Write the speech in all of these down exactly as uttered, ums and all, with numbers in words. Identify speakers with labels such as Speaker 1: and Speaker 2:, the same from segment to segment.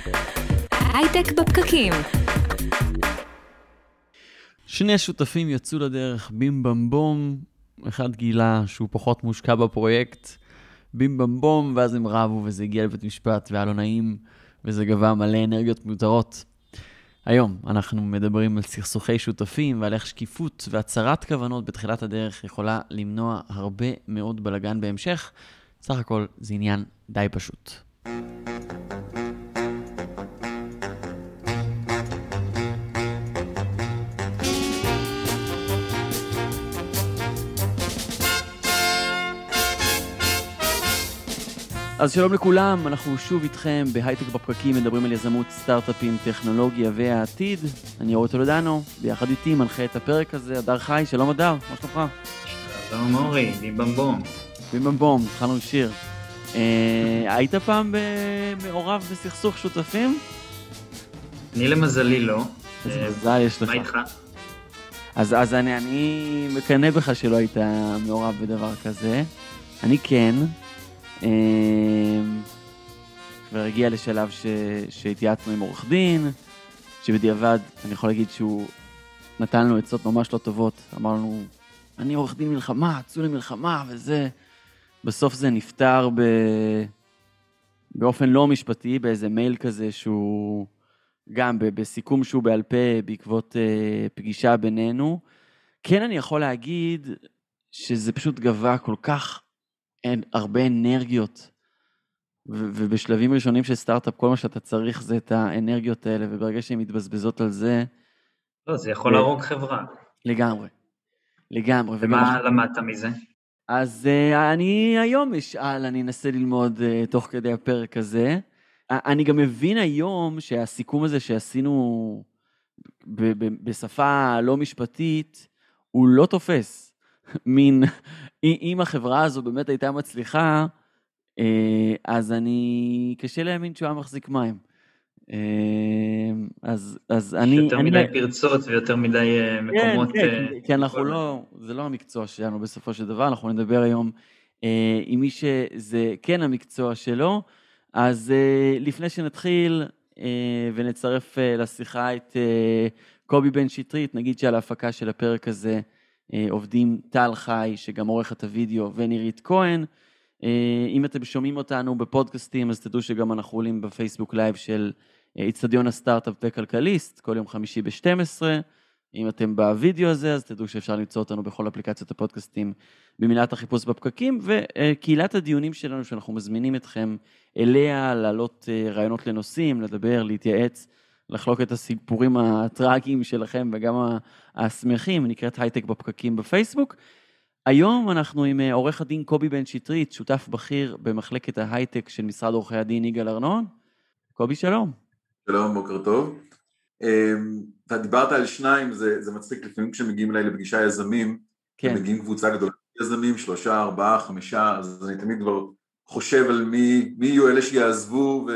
Speaker 1: הייטק בפקקים.
Speaker 2: שני השותפים יצאו לדרך, בים במ בום, אחד גילה שהוא פחות מושקע בפרויקט, בים במ בום, ואז הם רבו וזה הגיע לבית משפט והיה לא נעים, וזה גבה מלא אנרגיות מיותרות. היום אנחנו מדברים על סכסוכי שותפים ועל איך שקיפות והצהרת כוונות בתחילת הדרך יכולה למנוע הרבה מאוד בלגן בהמשך. סך הכל זה עניין די פשוט. אז שלום לכולם, אנחנו שוב איתכם בהייטק בפקקים, מדברים על יזמות, סטארט-אפים, טכנולוגיה והעתיד. אני אורי טולדנו, ביחד איתי מנחה את הפרק הזה, אדר חי, שלום אדר, מה שלומך?
Speaker 3: שלום אורי, בים במ בום.
Speaker 2: בים במ בום, התחלנו שיר. אה, היית פעם מעורב בסכסוך שותפים?
Speaker 3: אני למזלי לא.
Speaker 2: איזה מזל יש לך.
Speaker 3: מה איתך?
Speaker 2: אז, אז אני, אני מקנה בך שלא היית מעורב בדבר כזה. אני כן. כבר הגיע לשלב ש... שהתייעצנו עם עורך דין, שבדיעבד אני יכול להגיד שהוא נתן לנו עצות ממש לא טובות. אמר לנו, אני עורך דין מלחמה, צאו למלחמה וזה. בסוף זה נפטר ב... באופן לא משפטי, באיזה מייל כזה שהוא גם ב... בסיכום שהוא בעל פה בעקבות uh, פגישה בינינו. כן, אני יכול להגיד שזה פשוט גבה כל כך אין הרבה אנרגיות, ו- ובשלבים ראשונים של סטארט-אפ, כל מה שאתה צריך זה את האנרגיות האלה, וברגע שהן מתבזבזות על זה...
Speaker 3: לא, זה יכול להרוג חברה.
Speaker 2: לגמרי, לגמרי.
Speaker 3: ומה למדת מזה?
Speaker 2: אז uh, אני היום אשאל, אני אנסה ללמוד uh, תוך כדי הפרק הזה. Uh, אני גם מבין היום שהסיכום הזה שעשינו ב- ב- בשפה לא משפטית, הוא לא תופס. מין, אם החברה הזו באמת הייתה מצליחה, אז אני, קשה להאמין שהוא היה מחזיק מים. אז, אז אני...
Speaker 3: יותר מדי פרצות ויותר מדי מקומות...
Speaker 2: כן, כן, כי אנחנו לא, זה לא המקצוע שלנו בסופו של דבר, אנחנו נדבר היום עם מי שזה כן המקצוע שלו, אז לפני שנתחיל ונצרף לשיחה את קובי בן שטרית, נגיד שעל ההפקה של הפרק הזה, עובדים טל חי, שגם עורך את הוידאו, ונירית כהן. אם אתם שומעים אותנו בפודקאסטים, אז תדעו שגם אנחנו עולים בפייסבוק לייב של אצטדיון הסטארט-אפ וכלכליסט, כל יום חמישי ב-שתים עשרה. אם אתם בוידאו הזה, אז תדעו שאפשר למצוא אותנו בכל אפליקציות הפודקאסטים במילת החיפוש בפקקים, וקהילת הדיונים שלנו שאנחנו מזמינים אתכם אליה, לעלות רעיונות לנושאים, לדבר, להתייעץ, לחלוק את הסיפורים הטרגיים שלכם וגם השמחים, נקראת הייטק בפקקים בפייסבוק. היום אנחנו עם עורך הדין קובי בן שטרית, שותף בכיר במחלקת ההייטק של משרד עורכי הדין יגאל ארנון. קובי, שלום.
Speaker 4: שלום, בוקר טוב. אתה דיברת על שניים, זה, זה מצחיק, לפעמים כשמגיעים אליי לפגישה יזמים, כן. מגיעים קבוצה גדולה יזמים, שלושה, ארבעה, חמישה, אז אני תמיד כבר חושב על מי, מי יהיו אלה שיעזבו ו...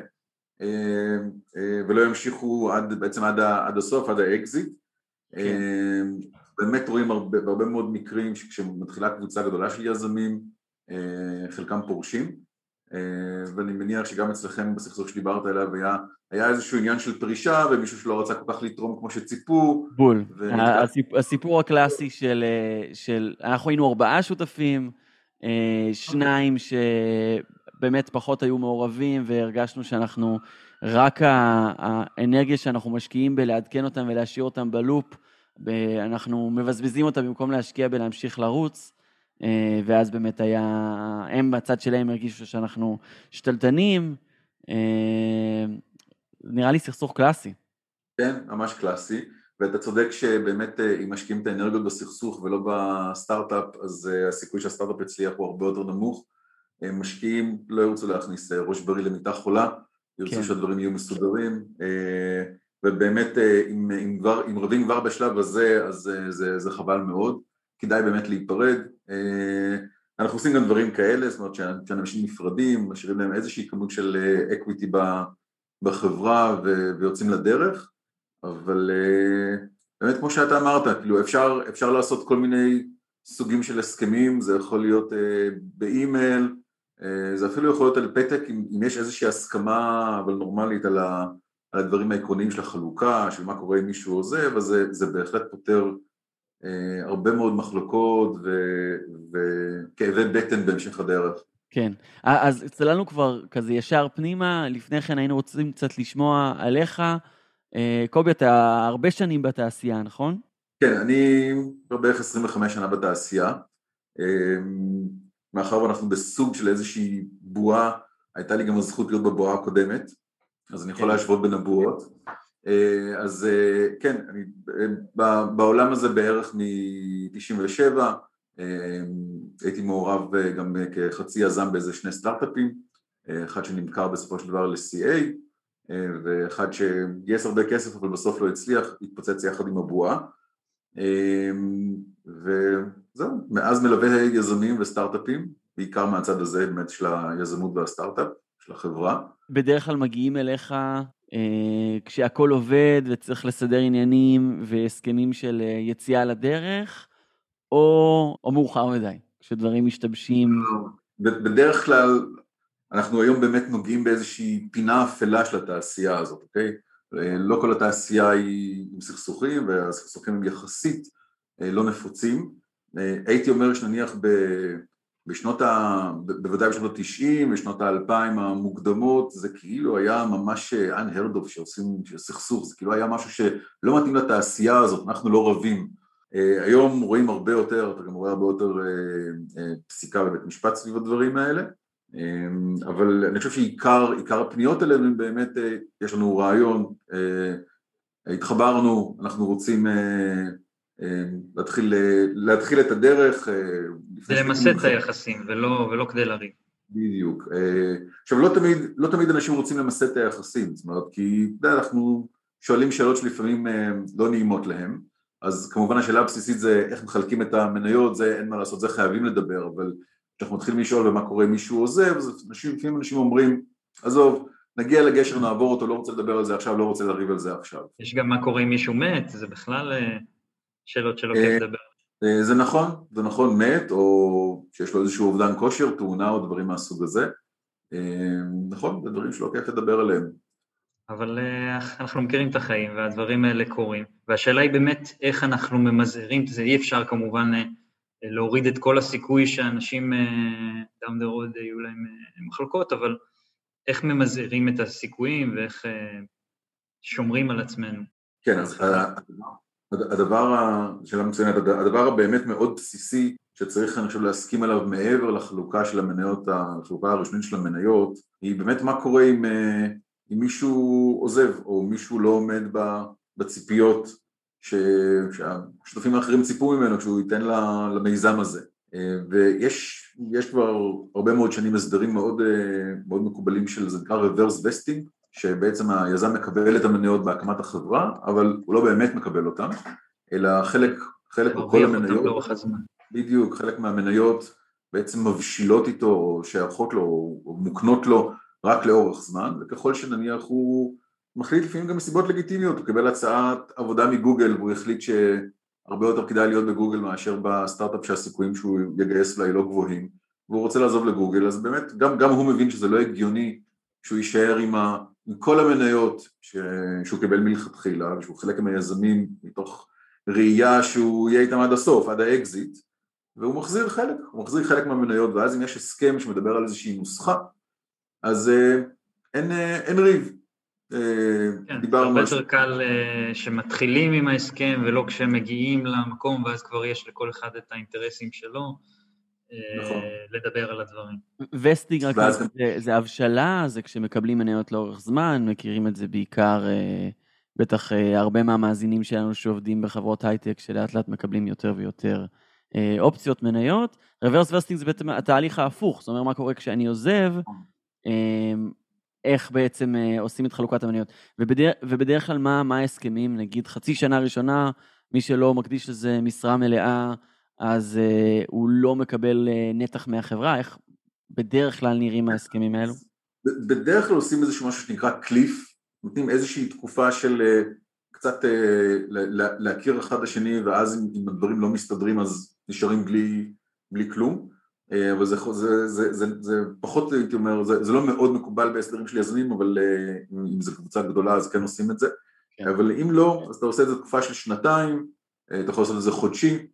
Speaker 4: ולא ימשיכו עד, בעצם עד, עד הסוף, עד האקזיט. כן. באמת רואים הרבה, הרבה מאוד מקרים שכשמתחילה קבוצה גדולה של יזמים, חלקם פורשים, ואני מניח שגם אצלכם בסכסוך שדיברת עליו היה, היה איזשהו עניין של פרישה, ומישהו שלא רצה כל כך לתרום כמו שציפו.
Speaker 2: בול. הסיפור, הסיפור הקלאסי של, של, אנחנו היינו ארבעה שותפים, שניים ש... באמת פחות היו מעורבים, והרגשנו שאנחנו, רק האנרגיה שאנחנו משקיעים בלעדכן אותם ולהשאיר אותם בלופ, אנחנו מבזבזים אותם במקום להשקיע בלהמשיך לרוץ, ואז באמת היה, הם בצד שלהם הרגישו שאנחנו שתלטנים, נראה לי סכסוך קלאסי.
Speaker 4: כן, ממש קלאסי, ואתה צודק שבאמת אם משקיעים את האנרגיות בסכסוך ולא בסטארט-אפ, אז הסיכוי שהסטארט-אפ יצליח הוא הרבה יותר נמוך, משקיעים לא ירצו להכניס ראש בריא למיטה חולה, ירצו כן. שהדברים יהיו מסודרים, ובאמת אם, אם, כבר, אם רבים כבר בשלב הזה, אז זה, זה, זה חבל מאוד, כדאי באמת להיפרד. אנחנו עושים גם דברים כאלה, זאת אומרת שאנשים נפרדים, משאירים להם איזושהי כמות של אקוויטי בחברה ויוצאים לדרך, אבל באמת כמו שאתה אמרת, כאילו אפשר, אפשר לעשות כל מיני סוגים של הסכמים, זה יכול להיות באימייל, זה אפילו יכול להיות על פתק, אם, אם יש איזושהי הסכמה, אבל נורמלית, על, ה, על הדברים העקרוניים של החלוקה, של מה קורה אם מישהו עוזב, אז זה, זה בהחלט פותר אה, הרבה מאוד מחלוקות וכאבי בטן בהמשך הדרך.
Speaker 2: כן, אז צללנו כבר כזה ישר פנימה, לפני כן היינו רוצים קצת לשמוע עליך. קובי, אתה הרבה שנים בתעשייה, נכון?
Speaker 4: כן, אני בערך עשרים וחמש שנה בתעשייה, מאחר ואנחנו בסוג של איזושהי בועה, הייתה לי גם הזכות להיות בבועה הקודמת, אז אני יכול להשוות בין הבועות. אז כן, אני בעולם הזה בערך מ-תשעים ושבע, הייתי מעורב גם כחצי יזם באיזה שני סטארט-אפים, אחד שנמכר בסופו של דבר ל-סי איי, ואחד שגייס הרבה כסף אבל בסוף לא הצליח, התפוצץ יחד עם הבועה, וזהו, מאז מלווה יזמים וסטארט-אפים, בעיקר מהצד הזה באמת של היזמות והסטארט-אפ, של החברה.
Speaker 2: בדרך כלל מגיעים אליך אה, כשהכל עובד וצריך לסדר עניינים והסכמים של יציאה לדרך, או, או מאוחר מדי, כשדברים משתבשים?
Speaker 4: בדרך כלל, אנחנו היום באמת נוגעים באיזושהי פינה אפלה של התעשייה הזאת, אוקיי? לא כל התעשייה היא עם סכסוכים, והסכסוכים הם יחסית לא נפוצים. הייתי אומר שנניח בשנות ה... בוודאי בשנות ה-תשעים, בשנות ה-אלפיים המוקדמות, זה כאילו היה ממש unheard of שעושים סכסוך, זה כאילו היה משהו שלא מתאים לתעשייה הזאת, אנחנו לא רבים. היום רואים הרבה יותר, אתה גם רואה הרבה יותר פסיקה בבית משפט סביב הדברים האלה, אבל אני חושב שעיקר עיקר הפניות אלינו הם באמת, יש לנו רעיון, התחברנו, אנחנו רוצים להתחיל, להתחיל את הדרך.
Speaker 3: זה למסד את היחסים ולא, ולא כדי לריב.
Speaker 4: בדיוק. עכשיו לא תמיד, לא תמיד אנשים רוצים למסד את היחסים, זאת אומרת, כי אנחנו שואלים שאלות שלפעמים לא נעימות להם, אז כמובן השאלה הבסיסית זה איך מחלקים את המניות, זה אין מה לעשות, זה חייבים לדבר, אבל כשאנחנו מתחילים לשאול ומה קורה אם מישהו עוזב, אז אנשים, לפעמים אנשים אומרים, עזוב, נגיע לגשר, נעבור אותו, לא רוצה לדבר על זה עכשיו, לא רוצה לריב על זה עכשיו.
Speaker 3: יש גם מה קורה אם מישהו מת, זה בכלל שאלות שלא כיף לדבר.
Speaker 4: זה נכון, זה נכון, מת, או שיש לו איזשהו אובדן כושר, תאונה או דברים מהסוג הזה. נכון, זה דברים שלא כיף לדבר עליהם.
Speaker 3: אבל אנחנו מכירים את החיים והדברים האלה קורים, והשאלה היא באמת איך אנחנו ממזערים, זה אי אפשר כמובן להוריד את כל הסיכוי שאנשים down the road יהיו להם מחלוקות, אבל איך ממזערים את הסיכויים ואיך שומרים על עצמנו.
Speaker 4: כן, אז הדבר, שאלה מצוינת, הדבר הבאמת מאוד בסיסי שצריך אני חושב להסכים עליו מעבר לחלוקה של המניות, החלוקה הראשונית של המניות, היא באמת מה קורה עם, אם מישהו עוזב או מישהו לא עומד בציפיות שהשותפים האחרים ציפו ממנו כשהוא ייתן למיזם הזה. ויש יש כבר הרבה מאוד שנים הסדרים מאוד, מאוד מקובלים של זה נקרא reverse vesting, שבעצם היזם מקבל את המניות בהקמת החברה, אבל הוא לא באמת מקבל אותם, אלא חלק, חלק מכל המניות, בדיוק, חלק מהמניות בעצם מבשילות איתו, או שייכות לו, או מוקנות לו רק לאורך זמן, וככל שנניח הוא מחליט לפעמים גם מסיבות לגיטימיות, הוא קיבל הצעת עבודה מגוגל, והוא החליט שהרבה יותר כדאי להיות בגוגל מאשר בסטארט-אפ שהסיכויים שהוא יגייס אולי לא גבוהים, והוא רוצה לעזוב לגוגל, אז באמת גם, גם הוא מבין שזה לא הגיוני שהוא יישאר עם, ה, עם כל המניות ש, שהוא קיבל מלכתחילה, ושהוא חלק מהיזמים מתוך ראייה שהוא יהיה איתם עד הסוף, עד האקזיט, והוא מחזיר חלק, הוא מחזיר חלק מהמניות, ואז אם יש הסכם שמדבר על איזושהי נוסחה, אז אין, אין ריב.
Speaker 3: כן, זה הרבה יותר קל שמתחילים עם ההסכם, ולא כשהם מגיעים למקום, ואז כבר יש לכל אחד את האינטרסים שלו, נכון. לדבר על הדברים.
Speaker 2: וסטינג רק ואז... זה, זה הבשלה, זה כשמקבלים מניות לאורך זמן, מכירים את זה בעיקר, בטח הרבה מהמאזינים שלנו שעובדים בחברות הייטק, שלאט לאט מקבלים יותר ויותר אופציות מניות. רוורס וסטינג זה בעצם התהליך ההפוך, זאת אומרת מה קורה כשאני עוזב, איך בעצם עושים את חלוקת המניות, ובדרך, ובדרך כלל מה, מה ההסכמים, נגיד חצי שנה ראשונה, מי שלא מקדיש לזה משרה מלאה, אז uh, הוא לא מקבל uh, נתח מהחברה, איך בדרך כלל נראים ההסכמים האלו?
Speaker 4: בדרך כלל עושים איזשהו משהו שנקרא קליף, נותנים איזושהי תקופה של uh, קצת uh, להכיר אחד השני, ואז אם, אם הדברים לא מסתדרים אז נשארים בלי, בלי כלום, אבל זה, זה, זה, זה, זה פחות, הייתי אומר, זה, זה לא מאוד מקובל בהסדרים של יזמים, אבל אם זו קבוצה גדולה אז כן עושים את זה, כן. אבל אם לא, אז אתה עושה את זה תקופה של שנתיים, אתה יכול לעשות את זה חודשי,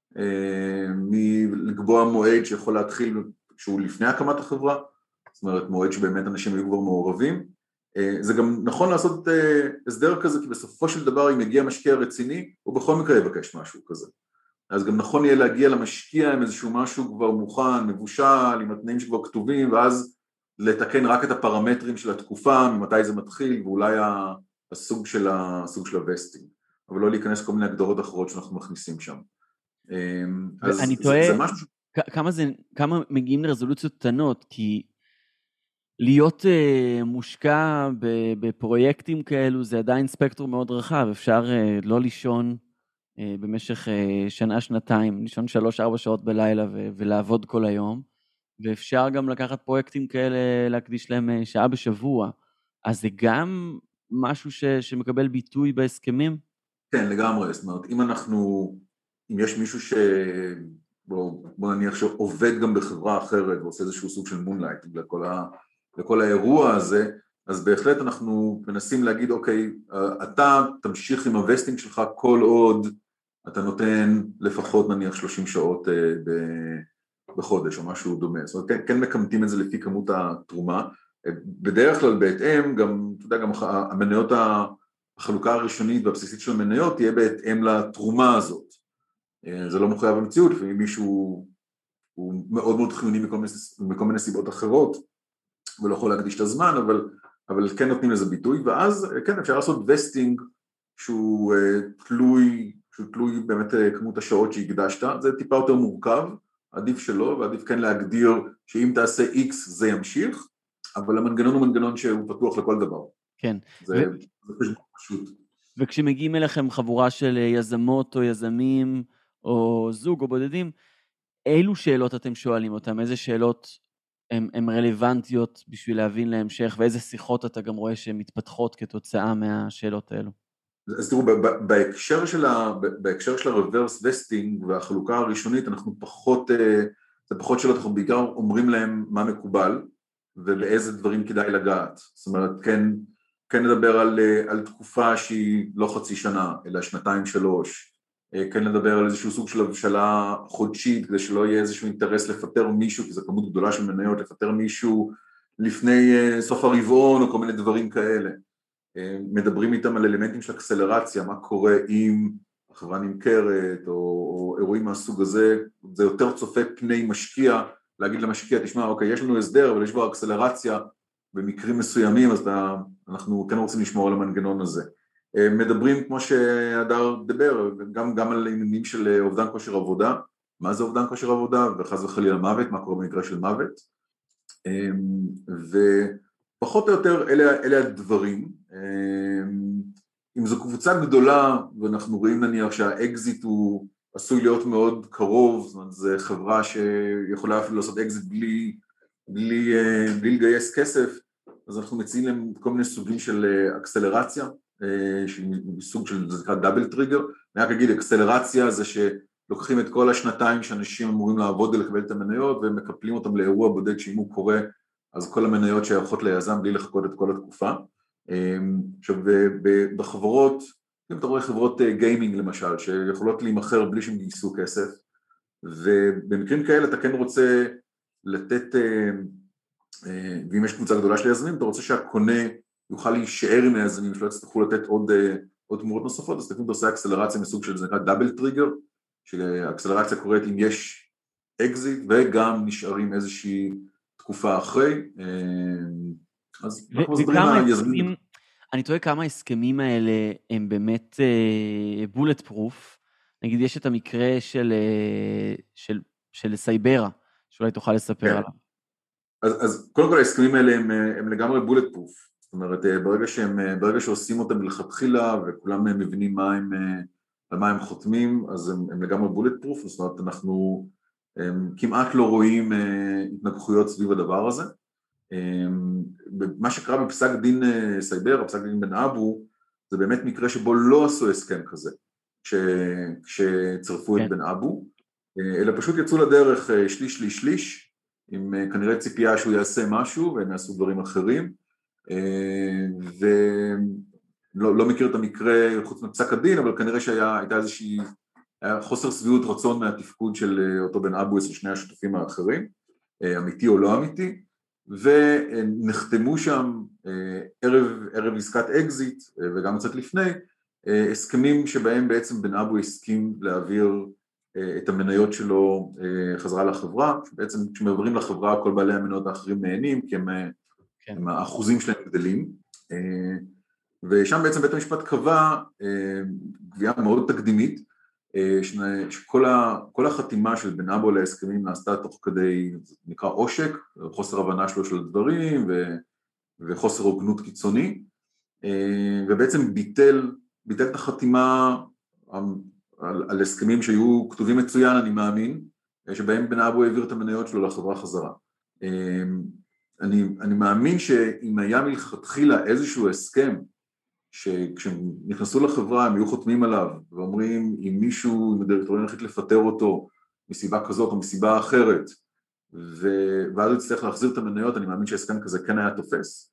Speaker 4: מלקבוע מועד שיכול להתחיל שהוא לפני הקמת החברה, זאת אומרת מועד שבאמת אנשים היו כבר מעורבים, זה גם נכון לעשות הסדר כזה, כי בסופו של דבר אם יגיע משקיע רציני, הוא בכל מקרה יבקש משהו כזה. אז גם נכון יהיה להגיע למשקיע עם איזשהו משהו כבר מוכן, מבושל, עם התנאים שכבר כתובים, ואז לתקן רק את הפרמטרים של התקופה, ממתי זה מתחיל, ואולי הסוג של, הסוג של הווסטינג, אבל לא להיכנס כל מיני הגדרות אחרות שאנחנו מכניסים שם.
Speaker 2: אז אני טועה, זה משהו... כמה, זה, כמה מגיעים לרזולוציות קטנות, כי להיות uh, מושקע בפרויקטים כאלו, זה עדיין ספקטרום מאוד רחב, אפשר uh, לא לישון, במשך שנה, שנתיים, לישון שלוש, ארבע שעות בלילה ו- ולעבוד כל היום, ואפשר גם לקחת פרויקטים כאלה, להקדיש להם שעה בשבוע, אז זה גם משהו ש- שמקבל ביטוי בהסכמים?
Speaker 4: כן, לגמרי, זאת אומרת, אם אנחנו, אם יש מישהו ש... בוא, בוא נניח שעובד גם בחברה אחרת, ועושה איזשהו סוג של מונלייט, לכל, ה- לכל האירוע הזה, אז בהחלט אנחנו מנסים להגיד, אוקיי, אתה תמשיך עם הווסטינג שלך כל עוד אתה נותן לפחות נניח שלושים שעות בחודש או משהו דומה, זאת אומרת, כן, כן מקמתים את זה לפי כמות התרומה, בדרך כלל בהתאם, גם, אתה יודע, גם המניות, החלוקה הראשונית והבסיסית של המניות תהיה בהתאם לתרומה הזאת, זה לא מחויב במציאות, לפעמים מישהו הוא מאוד מאוד חיוני מכל מיני, מכל מיני סיבות אחרות, ולא יכול להקדיש את הזמן, אבל, אבל כן נותנים לזה ביטוי, ואז כן אפשר לעשות וסטינג שהוא uh, תלוי, שהוא תלוי באמת uh, כמות השעות שהקדשת, זה טיפה יותר מורכב, עדיף שלא, ועדיף כן להגדיר שאם תעשה X זה ימשיך, אבל המנגנון הוא מנגנון שהוא פתוח לכל דבר.
Speaker 2: כן.
Speaker 4: זה, ו... זה פשוט.
Speaker 2: וכשמגיעים אליכם חבורה של יזמות או יזמים, או זוג או בודדים, אילו שאלות אתם שואלים אותם? איזה שאלות הן רלוונטיות בשביל להבין להמשך, ואיזה שיחות אתה גם רואה שהן מתפתחות כתוצאה מהשאלות האלו?
Speaker 4: אז תראו, בהקשר של ה, בהקשר של ה-reverse vesting והחלוקה הראשונית, אנחנו פחות, זה פחות שאלות, אנחנו בעיקר אומרים להם מה מקובל, ובאיזה דברים כדאי לגעת. זאת אומרת, כן, כן נדבר על, על תקופה שהיא לא חצי שנה, אלא שנתיים שלוש, כן לדבר על איזשהו סוג של הבשלה חודשית, כדי שלא יהיה איזשהו אינטרס לפטר מישהו, כי זו כמות גדולה של מניות, לפטר מישהו לפני סוף הרבעון או כל מיני דברים כאלה. מדברים איתם על אלמנטים של אקסלרציה, מה קורה אם החברה נמכרת או, או אירועים מהסוג הזה, זה יותר צופה פני משקיע, להגיד למשקיע, תשמע, אוקיי, יש לנו הסדר, אבל יש בו אקסלרציה במקרים מסוימים, אז אנחנו כן רוצים לשמור על המנגנון הזה. מדברים, כמו שהדר דבר, גם, גם על עניינים של אובדן כושר עבודה, מה זה אובדן כושר עבודה, וחס וחלילה מוות, מה קורה במקרה של מוות, ופחות או יותר אלה, אלה הדברים. אם זו קבוצה גדולה, ואנחנו רואים נניח שהאקזיט הוא עשוי להיות מאוד קרוב, זאת אומרת, זו חברה שיכולה אפילו לעשות אקזיט בלי, בלי, בלי לגייס כסף, אז אנחנו מציעים להם כל מיני סוגים של אקסלרציה, סוג של, זה נקרא דאבל טריגר, אני רק אגיד, אקסלרציה זה שלוקחים את כל השנתיים שאנשים אמורים לעבוד ולקבל את המניות, והם מקפלים אותם לאירוע בודד שאם הוא קורה, אז כל המניות שייכות ליזם בלי לחכות את כל התקופה. עכשיו, בחברות, אם אתה רואה חברות גיימינג למשל, שיכולות להימחר בלי שהם גייסו כסף, ובמקרים כאלה אתה כן רוצה לתת, ואם יש קבוצה גדולה של יזמים, אתה רוצה שהקונה יוכל להישאר עם היזמים, שלא יצטרכו לתת עוד, עוד תמורות נוספות, אז תכף אתה עושה אקסלרציה מסוג של זה נקרא דאבל טריגר, שהאקסלרציה קורית אם יש אקזיט, וגם נשארים איזושהי תקופה אחרי, אז אנחנו מסברים היזמים.
Speaker 2: אני תוהה כמה ההסכמים האלה הם באמת בולט פרוף, נגיד יש את המקרה של, של, של סייברה, שאולי תוכל לספר עליו.
Speaker 4: אז, אז קודם כל ההסכמים האלה הם, הם לגמרי בולט פרוף, זאת אומרת ברגע, שהם, ברגע שעושים אותם לכתחילה וכולם מבינים מה הם, על מה הם חותמים, אז הם, הם לגמרי בולט פרוף, זאת אומרת אנחנו כמעט לא רואים התנגחויות סביב הדבר הזה. מה שקרה בפסק דין סייבר, בפסק דין בן אבו, זה באמת מקרה שבו לא עשו הסכם כזה, כשצרפו את בן אבו, אלא פשוט יצאו לדרך שליש, שליש, שליש, עם כנראה ציפייה שהוא יעשה משהו, והם יעשו דברים אחרים, ולא לא מכיר את המקרה חוץ מפסק הדין, אבל כנראה שהייתה איזושהי, היה חוסר שביעות רצון מהתפקוד של אותו בן אבו אצל שני השותפים האחרים, אמיתי או לא אמיתי, ונחתמו שם ערב, ערב עסקת אקזיט, וגם קצת לפני, הסכמים שבהם בעצם בן אבו הסכים להעביר את המניות שלו חזרה לחברה, בעצם כשמעבירים לחברה כל בעלי המניות האחרים נהנים, כי הם, כן. הם האחוזים שלהם גדלים, ושם בעצם בית המשפט קבע קביעה מאוד תקדימית, שכל ה, כל החתימה של בן אבו להסכמים נעשתה תוך כדי, נקרא עושק, חוסר הבנה שלו של הדברים ו, וחוסר הוגנות קיצוני, ובעצם ביטל, ביטל את החתימה על, על הסכמים שהיו כתובים מצוין, אני מאמין, שבהם בן אבו העביר את המניות שלו לחברה חזרה. אני, אני מאמין שאם היה מלכתחילה איזשהו הסכם, שכשהם נכנסו לחברה הם היו חותמים עליו ואומרים אם מישהו, אם הדירקטוריון החליט לפטר אותו מסיבה כזאת או מסיבה אחרת, ו... ואז הוא יצטרך להחזיר את המניות, אני מאמין שהסכם כזה כן היה תופס.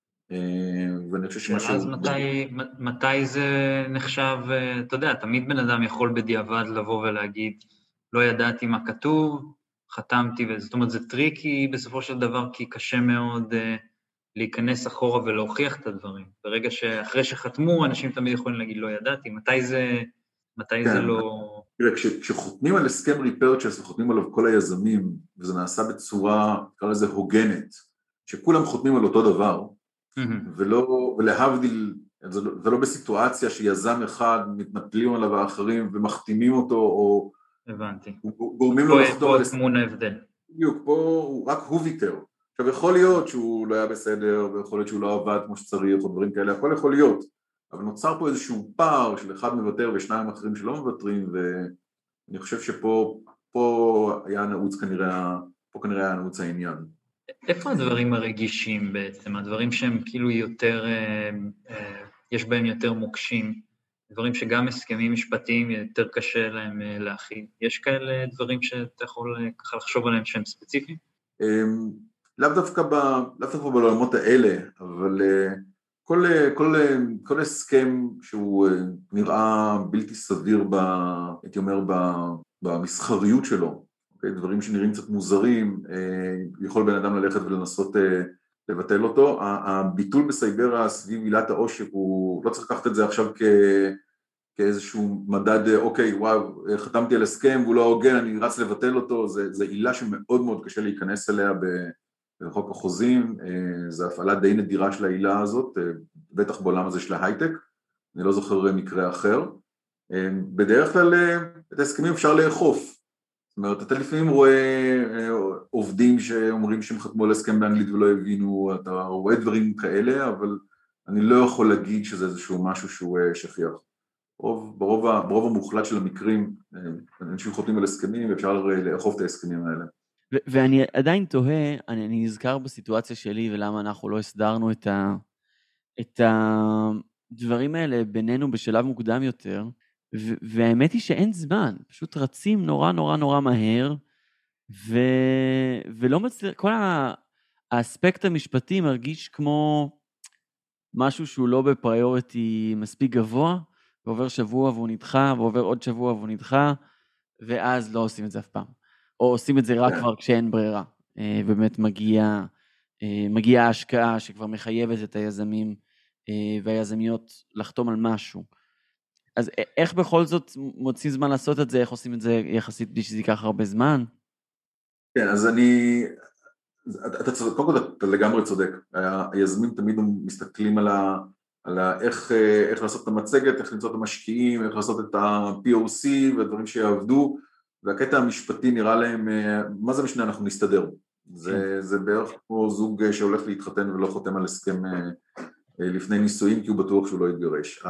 Speaker 4: ואני חושב שמשהו...
Speaker 3: אז מתי, מתי זה נחשב, אתה יודע, תמיד בן אדם יכול בדיעבד לבוא ולהגיד, לא ידעתי מה כתוב, חתמתי, זאת אומרת זה טריקי בסופו של דבר, כי קשה מאוד להיכנס אחורה ולהוכיח את הדברים. ברגע שאחרי שחתמו, אנשים תמיד יכולים להגיד, לא ידעתי, מתי זה, מתי כן, זה לא...
Speaker 4: תראה, כש, כשחותמים על הסכם ריפרצ'ס וחותמים עליו כל היזמים, וזה נעשה בצורה, נקרא לזה הוגנת, שכולם חותמים על אותו דבר, ולא, ולהבדיל, זה לא, זה לא בסיטואציה שיזם אחד מתנפלים עליו האחרים ומחתימים אותו, או...
Speaker 3: הבנתי.
Speaker 4: גורמים לו לחתור
Speaker 3: על הסכם. פה תמון ההבדל.
Speaker 4: בדיוק, פה רק הוא ויתר. עכשיו יכול להיות שהוא לא היה בסדר, ויכול להיות שהוא לא עבד כמו שצריך, או דברים כאלה, הכל יכול להיות, אבל נוצר פה איזשהו פער של אחד מוותר ושניים אחרים שלא מוותרים, ואני חושב שפה פה היה נעוץ כנראה, פה כנראה היה נעוץ העניין.
Speaker 3: איפה הדברים הרגישים בעצם, הדברים שהם כאילו יותר, יש בהם יותר מוקשים, דברים שגם הסכמים משפטיים יותר קשה להם להכיל, יש כאלה דברים שאתה יכול ככה לחשוב עליהם שהם ספציפיים?
Speaker 4: לאו דווקא ב, לאו דווקא בעולמות האלה, אבל כל, כל, כל הסכם שהוא נראה בלתי סביר ב, הייתי אומר, במסחריות שלו, okay, דברים שנראים קצת מוזרים, יכול בן אדם ללכת ולנסות לבטל אותו. הביטול בסייברה סביב עילת העושק, הוא לא צריך לקחת את זה עכשיו כ, כאיזשהו מדד, אוקיי, וואו, חתמתי על הסכם והוא לא הוגן, אני רץ לבטל אותו, זה, זה עילה שמאוד מאוד קשה להיכנס אליה ב... בחוק החוזים, זו הפעלה די נדירה של העילה הזאת, בטח בעולם הזה של ההייטק, אני לא זוכר מקרה אחר. בדרך כלל את ההסכמים אפשר לאכוף, זאת אומרת, אתה לפעמים רואה עובדים שאומרים שהם חתמו על הסכם באנגלית ולא הבינו, אתה רואה דברים כאלה, אבל אני לא יכול להגיד שזה איזשהו משהו שהוא שכיח. ברוב, ברוב, ברוב המוחלט של המקרים, אנשים חותמים על הסכמים ואפשר לאכוף את ההסכמים האלה.
Speaker 2: ואני עדיין תוהה, אני, אני נזכר בסיטואציה שלי ולמה אנחנו לא הסדרנו את, ה, את הדברים האלה בינינו בשלב מוקדם יותר, ו, והאמת היא שאין זמן, פשוט רצים נורא נורא נורא מהר, ו, ולא מצליח, כל האספקט המשפטי מרגיש כמו משהו שהוא לא בפריוריטי מספיק גבוה, ועובר שבוע והוא נדחה, ועובר עוד שבוע והוא נדחה, ואז לא עושים את זה אף פעם. או עושים את זה רק כבר כשאין ברירה, ובאמת מגיעה מגיע ההשקעה שכבר מחייבת את היזמים והיזמיות לחתום על משהו. אז איך בכל זאת מוצאים זמן לעשות את זה, איך עושים את זה יחסית בלי שזה ייקח הרבה זמן?
Speaker 4: כן, אז אני, אתה צודק, קודם כל אתה לגמרי צודק, היזמים תמיד מסתכלים על ה... על איך, איך לעשות את המצגת, איך למצוא את המשקיעים, איך לעשות את ה-פי או סי והדברים שיעבדו, והקטע המשפטי נראה להם, מה זה משנה, אנחנו נסתדר. זה, זה בערך כמו זוג שהולך להתחתן ולא חותם על הסכם לפני נישואים, כי הוא בטוח שהוא לא יתגרש.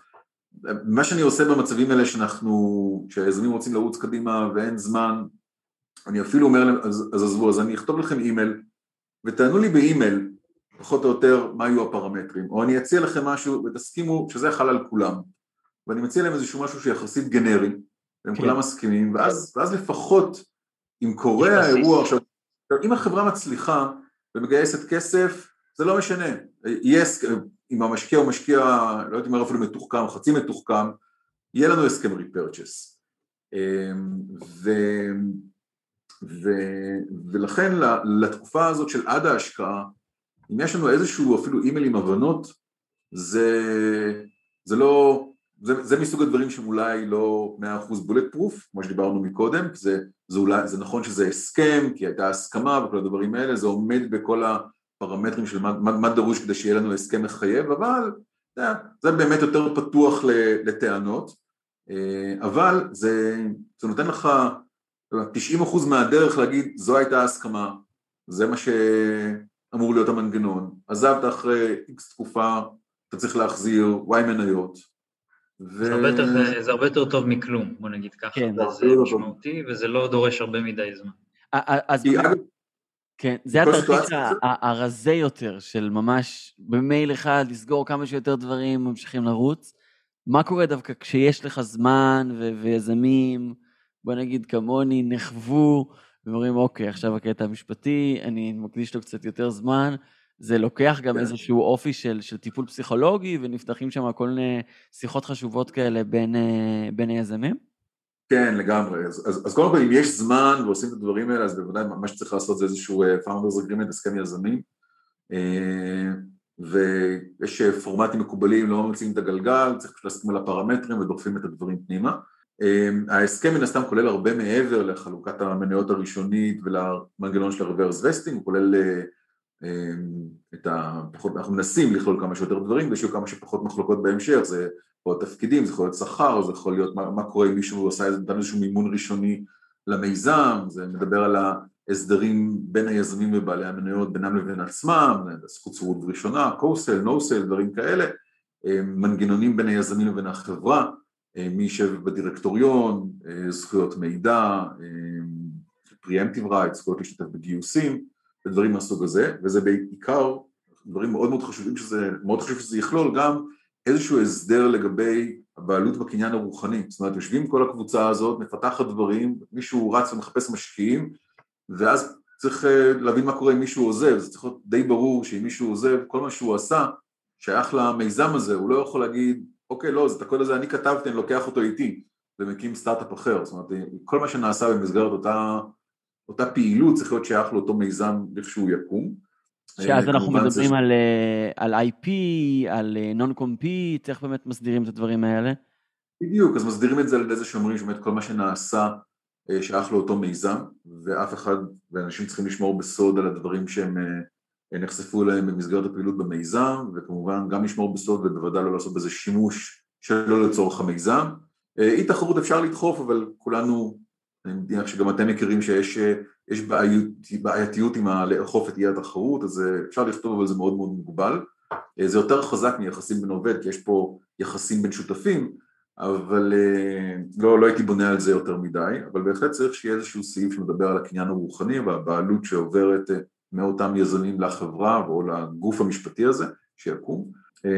Speaker 4: מה שאני עושה במצבים האלה שאנחנו, שהיזמים רוצים לרוץ קדימה ואין זמן, אני אפילו אומר להם, אז, אז עזבו, אז אני אכתוב לכם אימייל, ותענו לי באימייל, פחות או יותר, מה יהיו הפרמטרים, או אני אציע לכם משהו ותסכימו שזה חל על כולם, ואני מציע להם איזשהו משהו שיחסית גנרי, והם כולם מסכימים, ואז, ואז לפחות, אם קורה האירוע, עכשיו, אם החברה מצליחה ומגייסת כסף, זה לא משנה, יש, אם המשקיע או משקיע, לא יודעת אם הרב אפילו מתוחכם, חצי מתוחכם, יהיה לנו הסכם ריפרצ'ס. ו... ו... ולכן לתקופה הזאת של עד ההשקעה, אם יש לנו איזשהו אפילו אימייל עם הבנות, זה, זה לא, זה, זה מסוג הדברים שאולי לא מאה אחוז בולט פרוף, כמו שדיברנו מקודם, זה, זה, אולי, זה נכון שזה הסכם, כי הייתה הסכמה וכל הדברים האלה, זה עומד בכל הפרמטרים של מה, מה, מה דרוש כדי שיהיה לנו הסכם מחייב, אבל זה, זה באמת יותר פתוח לטענות, אבל זה, זה נותן לך תשעים אחוז מהדרך להגיד, זו הייתה הסכמה, זה מה שאמור להיות המנגנון, עזבת אחרי איקס תקופה, אתה צריך להחזיר וואי מניות.
Speaker 3: ו... זה, הרבה יותר, זה הרבה יותר טוב מכלום, בוא נגיד ככה, כן, זה משמעותי, וזה לא דורש הרבה מדי זמן.
Speaker 2: אז כן, זה התרחיש הרזה יותר, של ממש במייל אחד, לסגור כמה שיותר דברים, ממשיכים לרוץ. מה קורה דווקא כשיש לך זמן ויזמים, בוא נגיד כמוני, נחוו, ואומרים, אוקיי, עכשיו הקטע המשפטי, אני מקדיש לו קצת יותר זמן, זה לוקח גם איזשהו אופי של, של טיפול פסיכולוגי, ונפתחים שם כל מיני שיחות חשובות כאלה בין, בין היזמים?
Speaker 4: כן, לגמרי. אז, אז, אז קודם כל, אם יש זמן ועושים את הדברים האלה, אז בוודאי מה שצריך לעשות זה איזשהו Founders Agreement, הסכם יזמים, ויש פורמטים מקובלים, לא ממציאים את הגלגל, צריך פשוט להסכים על הפרמטרים ודוחפים את הדברים פנימה. ההסכם מן הסתם כולל הרבה מעבר לחלוקת המניות הראשונית ולמנגנון של הרוורס וסטינג, הוא כולל את ה... אנחנו מנסים לכלול כמה שיותר דברים, כדי שיהיו כמה שפחות מחלוקות בהמשך, זה יכול להיות תפקידים, זה יכול להיות שכר, זה יכול להיות מה, מה קורה אם מישהו עושה איזשהו מימון ראשוני למיזם, זה מדבר על ההסדרים בין היזמים ובעלי המניות, בינם לבין עצמם, זכות שכירות ראשונה, co-sell, no-sell, דברים כאלה, מנגנונים בין היזמים לבין החברה, מי ישב בדירקטוריון, זכויות מידע, preemptive rights, זכויות להשתתף בגיוסים, ודברים מהסוג הזה, וזה בעיקר דברים מאוד מאוד חשובים שזה, מאוד חשוב שזה יכלול גם איזשהו הסדר לגבי הבעלות בקניין הרוחני, זאת אומרת, יושבים כל הקבוצה הזאת, מפתחת דברים, מישהו רץ ומחפש משקיעים, ואז צריך להבין מה קורה אם מישהו עוזב, זה צריך להיות די ברור שאם מישהו עוזב, כל מה שהוא עשה, שייך למיזם הזה, הוא לא יכול להגיד, אוקיי, לא, את הקוד הזה אני כתבתי, אני לוקח אותו איתי, ומקים סטארט-אפ אחר, זאת אומרת, כל מה שנעשה במסגרת אותה, אותה פעילות צריך להיות שייך לאותו מיזם לכשהוא יקום.
Speaker 2: שאז אנחנו מדברים על, על איי פי, על non-compete, איך באמת מסדירים את הדברים האלה?
Speaker 4: בדיוק, אז מסדירים את זה על איזה שאומרים שבאמת כל מה שנעשה שייך לאותו מיזם, ואף אחד, ואנשים צריכים לשמור בסוד על הדברים שהם נחשפו אליהם במסגרת הפעילות במיזם, וכמובן גם לשמור בסוד ובוודאי לא לעשות בזה שימוש שלא לצורך המיזם. אי תחרות אפשר לדחוף, אבל כולנו, אני מניח שגם אתם מכירים שיש יש בעיות, בעייתיות עם לאכוף את אי התחרות, אז אפשר לכתוב, אבל זה מאוד מאוד מוגבל. זה יותר חזק מיחסים בין עובד, כי יש פה יחסים בין שותפים, אבל לא, לא הייתי בונה על זה יותר מדי, אבל בהחלט צריך שיהיה איזשהו סעיף שמדבר על הקניין הרוחני והבעלות שעוברת מאותם יזמים לחברה או לגוף המשפטי הזה שיקום.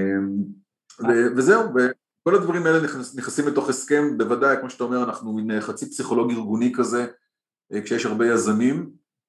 Speaker 4: וזהו, כל הדברים האלה נכנסים לתוך הסכם, בוודאי, כמו שאתה אומר, אנחנו מין חצי פסיכולוג ארגוני כזה, כשיש הרבה יזמים,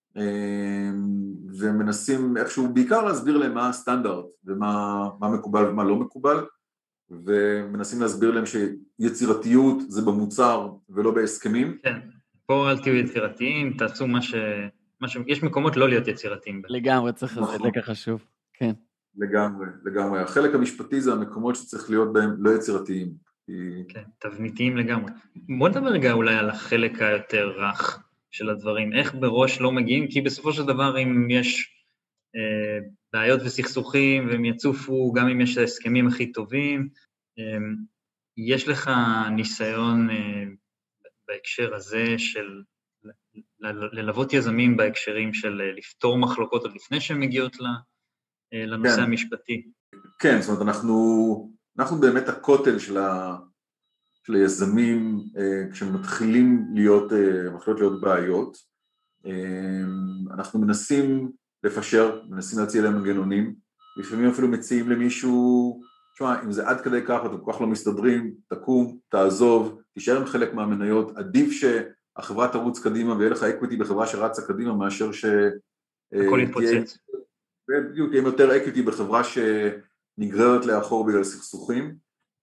Speaker 4: ומנסים איכשהו בעיקר להסביר להם מה הסטנדרט, ומה מה מקובל ומה לא מקובל, ומנסים להסביר להם שיצירתיות זה במוצר ולא בהסכמים.
Speaker 3: כן, פה אל תהיו יצירתיים, תעשו מה ש... מה ש... יש מקומות לא להיות יצירתיים.
Speaker 2: לגמרי, צריך לזה, זה לקח חשוב, כן.
Speaker 4: לגמרי, לגמרי. החלק המשפטי זה המקומות שצריך להיות בהם לא יצירתיים.
Speaker 3: כן, תבניתיים לגמרי. בוא נדבר רגע אולי על החלק היותר רך של הדברים, איך בראש לא מגיעים, כי בסופו של דבר אם יש אה, בעיות וסכסוכים והם יצופו, גם אם יש הסכמים הכי טובים, אה, יש לך ניסיון אה, בהקשר הזה של ל- ללוות יזמים בהקשרים של לפתור מחלוקות עוד לפני שהן מגיעות לנושא כן. המשפטי.
Speaker 4: כן, זאת אומרת, אנחנו, אנחנו באמת הכותל של, ה, של היזמים, כשמתחילים להיות, מתחילות להיות בעיות, אנחנו מנסים לפשר, מנסים להציע להם מנגנונים, לפעמים אפילו מציעים למישהו תשמע, אם זה עד כדי כך, אתם כל כך לא מסתדרים, תקום, תעזוב, תישאר עם חלק מהמניות, עדיף שהחברה תרוץ קדימה ויהיה לך אקוויטי בחברה שרצה קדימה, מאשר ש...
Speaker 3: הכל יתפוצץ.
Speaker 4: בדיוק, יהיה יותר אקוויטי בחברה שנגררת לאחור בגלל סכסוכים.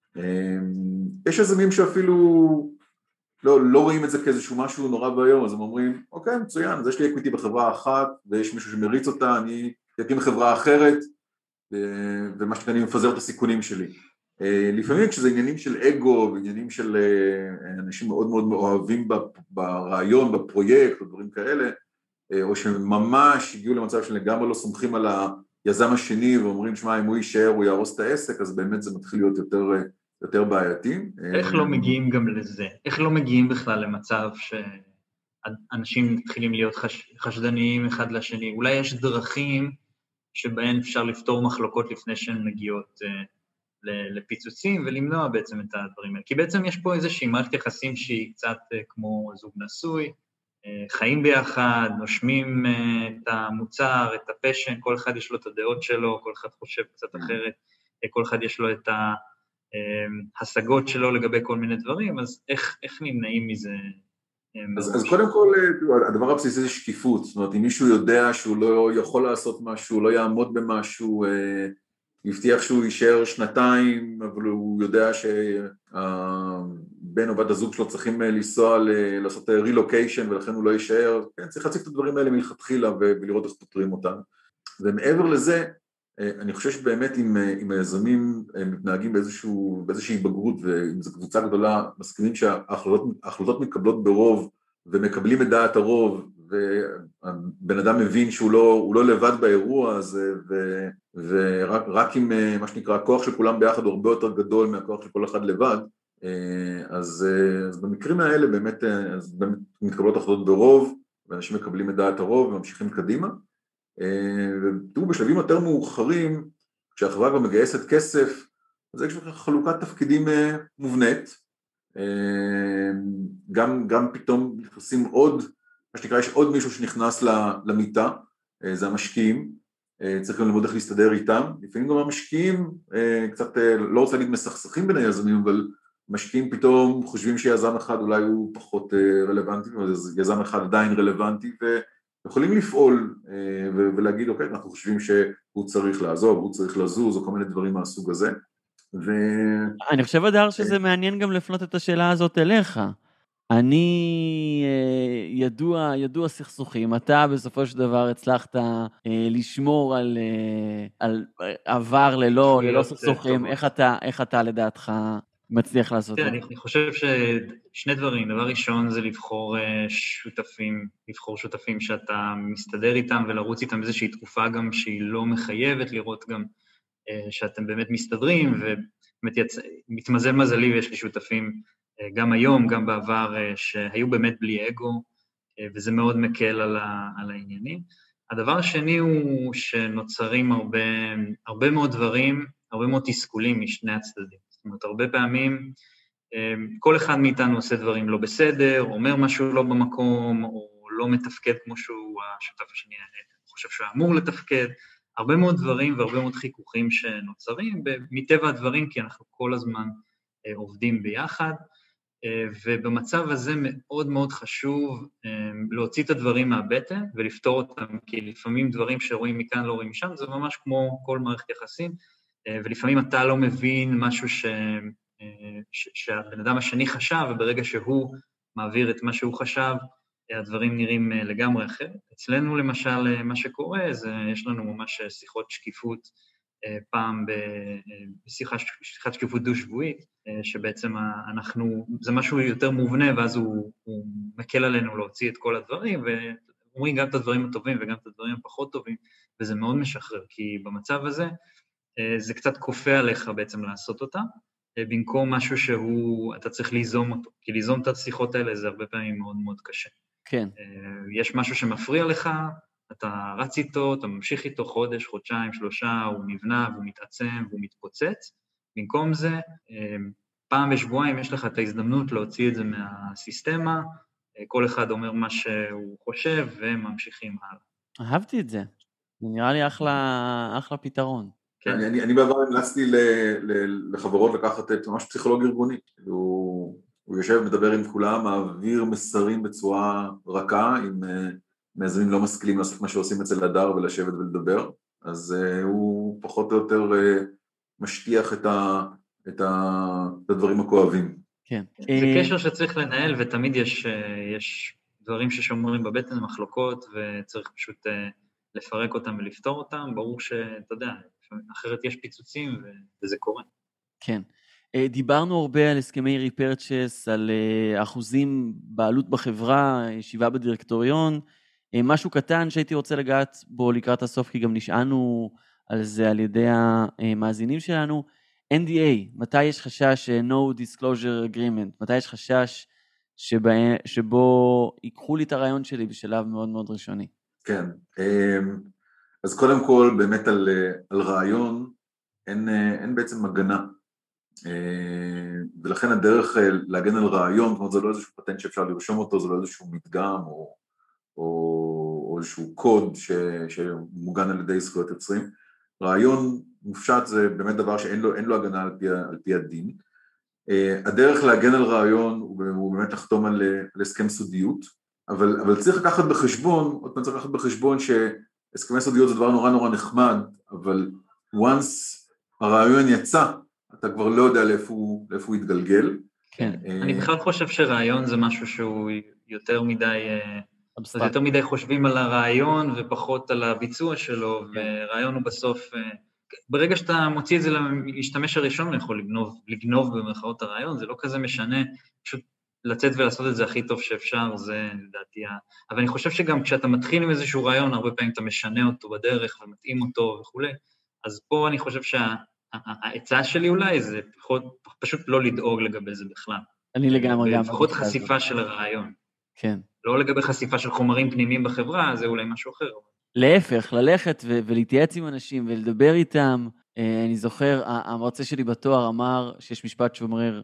Speaker 4: יש יזמים שאפילו לא, לא רואים את זה כאיזשהו משהו נורא ביום, אז הם אומרים, אוקיי, מצוין, אז יש לי אקוויטי בחברה אחת, ויש מישהו שמריץ אותה, אני אקים חברה אחרת, ומה שאני מפזר את הסיכונים שלי. לפעמים כשזה עניינים של אגו, ועניינים של אנשים מאוד מאוד אוהבים ברעיון, בפרויקט, או דברים כאלה, או שממש הגיעו למצב שלגמרי לא סומכים על היזם השני, ואומרים, שמע, אם הוא יישאר, הוא יהרוס את העסק, אז באמת זה מתחיל להיות יותר, יותר בעייתי.
Speaker 3: איך לא מגיעים גם לזה? איך לא מגיעים בכלל למצב שאנשים מתחילים להיות חש... חשדניים אחד לשני? אולי יש דרכים שבהן אפשר לפתור מחלוקות לפני שהן מגיעות לפיצוצים, ולמנוע בעצם את הדברים האלה. כי בעצם יש פה איזושהי מערכת יחסים שהיא קצת כמו זוג נשוי, חיים ביחד, נושמים את המוצר, את הפשן, כל אחד יש לו את הדעות שלו, כל אחד חושב קצת אחרת, כל אחד יש לו את ההשגות שלו לגבי כל מיני דברים, אז איך, איך נמנעים מזה?
Speaker 4: אז, אז קודם כל, הדבר הבסיסי זה שקיפות, זאת אומרת, אם מישהו יודע שהוא לא יכול לעשות משהו, לא יעמוד במשהו, יבטיח שהוא יישאר שנתיים, אבל הוא יודע שבן או בת הזוג שלו צריכים לנסוע, לעשות רילוקיישן, ולכן הוא לא יישאר, כן, צריך להציג את הדברים האלה מלכתחילה ולראות איך פותרים אותם. ומעבר לזה, אני חושב שבאמת אם, אם היזמים מתנהגים באיזשהו, באיזושהי בגרות, ואם זו קבוצה גדולה, מסכימים שההחלטות מתקבלות ברוב, ומקבלים את דעת הרוב, ובן אדם מבין שהוא לא, הוא לא לבד באירוע הזה, ו, ורק רק עם מה שנקרא, הכוח של כולם ביחד הוא הרבה יותר גדול מהכוח של כל אחד לבד, אז, אז במקרים האלה באמת, אז באמת מתקבלות החלטות ברוב, ואנשים מקבלים את דעת הרוב וממשיכים קדימה. ותראו, בשלבים יותר מאוחרים, כשהחברה כבר מגייסת כסף, אז יש חלוקת תפקידים מובנית, גם, גם פתאום נכנסים עוד, מה שנקרא, יש עוד מישהו שנכנס למיטה, זה המשקיעים, צריך גם ללמוד איך להסתדר איתם, לפעמים גם המשקיעים, קצת לא רוצה להגיד מסכסכים בין היזמים, אבל משקיעים פתאום חושבים שיזם אחד אולי הוא פחות רלוונטי, אז יזם אחד עדיין רלוונטי, ויכולים לפעול ולהגיד, אוקיי, אנחנו חושבים שהוא צריך לעזוב, הוא צריך לזוז, או כל מיני דברים מהסוג הזה. ו...
Speaker 2: אני חושב, אדר, שזה מעניין גם לפנות את השאלה הזאת אליך. אני ידוע, ידוע סכסוכים, אתה בסופו של דבר הצלחת לשמור על, על עבר ללא, ללא סכסוכים, איך אתה, איך אתה לדעתך מצליח לעשות את זה?
Speaker 3: אני חושב ששני דברים, דבר ראשון זה לבחור שותפים, לבחור שותפים שאתה מסתדר איתם ולרוץ איתם איזושהי תקופה גם שהיא לא מחייבת, לראות גם שאתם באמת מסתדרים, ובאמת יצ... מתמזל מזלי ויש לי שותפים גם היום, גם בעבר, שהיו באמת בלי אגו, וזה מאוד מקל על, ה... על העניינים. הדבר השני הוא שנוצרים הרבה, הרבה מאוד דברים, הרבה מאוד תסכולים משני הצדדים. זאת אומרת, הרבה פעמים כל אחד מאיתנו עושה דברים לא בסדר, אומר משהו לא במקום, או לא מתפקד כמו שהוא השותף השני חושב שהוא אמור לתפקד, הרבה מאוד דברים והרבה מאוד חיכוכים שנוצרים, מטבע הדברים, כי אנחנו כל הזמן עובדים ביחד, ובמצב הזה מאוד מאוד חשוב להוציא את הדברים מהבטן ולפתור אותם, כי לפעמים דברים שרואים מכאן לא רואים משם, זה ממש כמו כל מערכת יחסים, ולפעמים אתה לא מבין משהו ש... ש... שהבן אדם השני חשב, וברגע שהוא מעביר את מה שהוא חשב, הדברים נראים לגמרי אחרת. אצלנו למשל מה שקורה, זה יש לנו ממש שיחות שקיפות פעם בשיחה, שיחת שקיפות דו-שבועית, שבעצם אנחנו, זה משהו יותר מובנה, ואז הוא, הוא מקל עלינו להוציא את כל הדברים, ואומרים גם את הדברים הטובים וגם את הדברים הפחות טובים, וזה מאוד משחרר, כי במצב הזה זה קצת כופה עליך בעצם לעשות אותה, במקום משהו שהוא, אתה צריך ליזום אותו, כי ליזום את השיחות האלה זה הרבה פעמים מאוד מאוד קשה.
Speaker 2: כן.
Speaker 3: יש משהו שמפריע לך, אתה רץ איתו, אתה ממשיך איתו חודש, חודשיים, שלושה, הוא נבנה והוא מתעצם והוא מתפוצץ. במקום זה, פעם בשבועיים יש לך את ההזדמנות להוציא את זה מהסיסטמה, כל אחד אומר מה שהוא חושב וממשיכים הלאה.
Speaker 2: אהבתי את זה. זה נראה לי אחלה, אחלה פתרון.
Speaker 4: כן. אני, אני, אני בעבר המלצתי ל, ל, לחברות לקחת את ממש פסיכולוג ארגוני, הוא, הוא יושב מדבר עם כולם, מעביר מסרים בצורה רכה, עם מאזינים לא משכילים לעשות מה שעושים אצל הדר ולשבת ולדבר, אז uh, הוא פחות או יותר uh, משטיח את, ה, את, ה, את הדברים הכואבים.
Speaker 3: כן. זה קשר שצריך לנהל, ותמיד יש, יש דברים ששומרים בבטן, מחלוקות, וצריך פשוט uh, לפרק אותם ולפתור אותם, ברור שאתה יודע, אחרת יש פיצוצים וזה קורה.
Speaker 2: כן. דיברנו הרבה על הסכמי ריפרצ'ס, על אחוזים בעלות בחברה, ישיבה בדירקטוריון, משהו קטן שהייתי רוצה לגעת בו לקראת הסוף, כי גם נשענו על זה על ידי המאזינים שלנו. אן די איי, מתי יש חשש No Disclosure Agreement? מתי יש חשש שבא, שבו ייקחו לי את הרעיון שלי בשלב מאוד מאוד ראשוני?
Speaker 4: כן, אז קודם כל באמת על, על רעיון אין, אין בעצם הגנה, ולכן הדרך להגן על רעיון, זאת אומרת זה לא איזשהו פטנט שאפשר לרשום אותו, זה לא איזשהו מדגם או, או, או איזשהו קוד ש, שמוגן על ידי זכויות יוצרים, רעיון מופשט זה באמת דבר שאין לו, אין לו הגנה על פי, על פי הדין, הדרך להגן על רעיון הוא, הוא באמת לחתום על, על הסכם סודיות, אבל, אבל צריך לקחת בחשבון, עוד פעם צריך לקחת בחשבון שהסכמי סודיות זה דבר נורא נורא נחמד, אבל once הרעיון יצא, אתה כבר לא יודע לאיפה הוא, לאיפה הוא יתגלגל.
Speaker 3: כן, אני בכלל חושב שרעיון זה משהו שהוא יותר מדי, אז יותר מדי חושבים על הרעיון ופחות על הביצוע שלו, ורעיון הוא בסוף, ברגע שאתה מוציא את זה להשתמש הראשון, יכול לגנוב, לגנוב במרכאות הרעיון, זה לא כזה משנה, פשוט לצאת ולעשות את זה הכי טוב שאפשר, זה לדעתי, אבל אני חושב שגם כשאתה מתחיל עם איזשהו רעיון, הרבה פעמים אתה משנה אותו בדרך ומתאים אותו וכו', אז פה אני חושב שההצעה שלי אולי זה פחות, פשוט לא לדאוג לגבי זה בכלל.
Speaker 2: אני לגמרי גם.
Speaker 3: לפחות חשיפה של הרעיון.
Speaker 2: כן.
Speaker 3: לא לגבי חשיפה של חומרים פנימיים בחברה, זה אולי משהו אחר.
Speaker 2: להפך, ללכת ו- ולהתייעץ עם אנשים ולדבר איתם. אני זוכר, המרצה שלי בתואר אמר שיש משפט שאומר,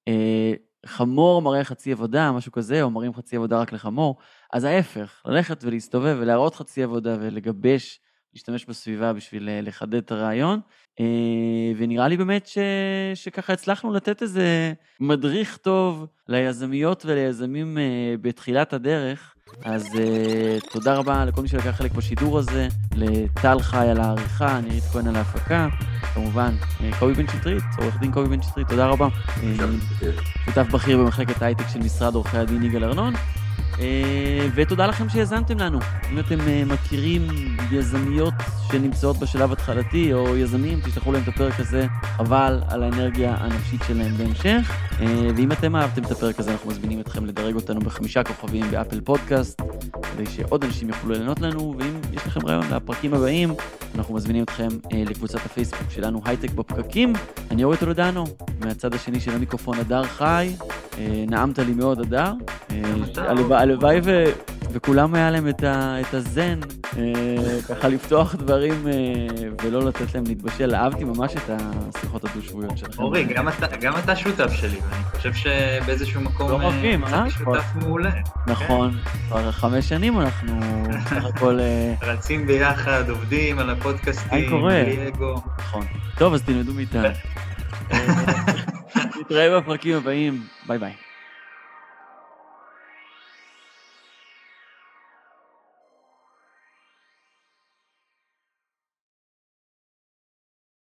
Speaker 2: חמור מראה חצי עבודה, משהו כזה, או מראים חצי עבודה רק לחמור, אז ההפך, ללכת ולהסתובב ולהראות חצי עבודה ולגבש, להשתמש בסביבה בשביל לחדד את הרעיון, ונראה לי באמת ש... שככה הצלחנו לתת איזה מדריך טוב ליזמיות וליזמים בתחילת הדרך, אז תודה רבה לכל מי שלקח חלק בשידור הזה, לטל חי על העריכה, נירית כהן על ההפקה, כמובן קובי בן שטרית, עורך דין קובי בן שטרית, תודה רבה. שותף בכיר במחלקת הייטק של משרד עורכי הדין יגאל ארנון, ותודה לכם שיזמתם לנו. אם אתם מכירים יזמיות שנמצאות בשלב התחלתי, או יזמים, תשלחו להם את הפרק הזה, חבל על האנרגיה הנפשית שלהם בהמשך. ואם אתם אהבתם את הפרק הזה, אנחנו מזמינים אתכם לדרג אותנו בחמישה כוכבים באפל פודקאסט, כדי שעוד אנשים יוכלו ליהנות לנו, ואם יש לכם רעיון לפרקים הבאים, אנחנו מזמינים אתכם לקבוצת הפייסבוק שלנו, הייטק בפקקים. אני אורי טולדנו, מהצד השני של המיקרופון הדר חי, נעמת לי מאוד הדר, הלוואי וכולם היה להם את הזן, ככה לפתוח דברים ולא לתת להם להתבשל. אהבתי ממש את השיחות הדו-שבועיות שלכם.
Speaker 3: אורי, גם אתה שותף שלי, ואני חושב שבאיזשהו מקום
Speaker 2: לא רבים, אה?
Speaker 3: שותף מעולה.
Speaker 2: נכון, כבר חמש שנים אנחנו סך הכל
Speaker 3: רצים ביחד, עובדים על הפודקאסטים, בלי אגו.
Speaker 2: נכון. טוב, אז תלמדו מאיתנו. נתראה בפרקים הבאים, ביי ביי.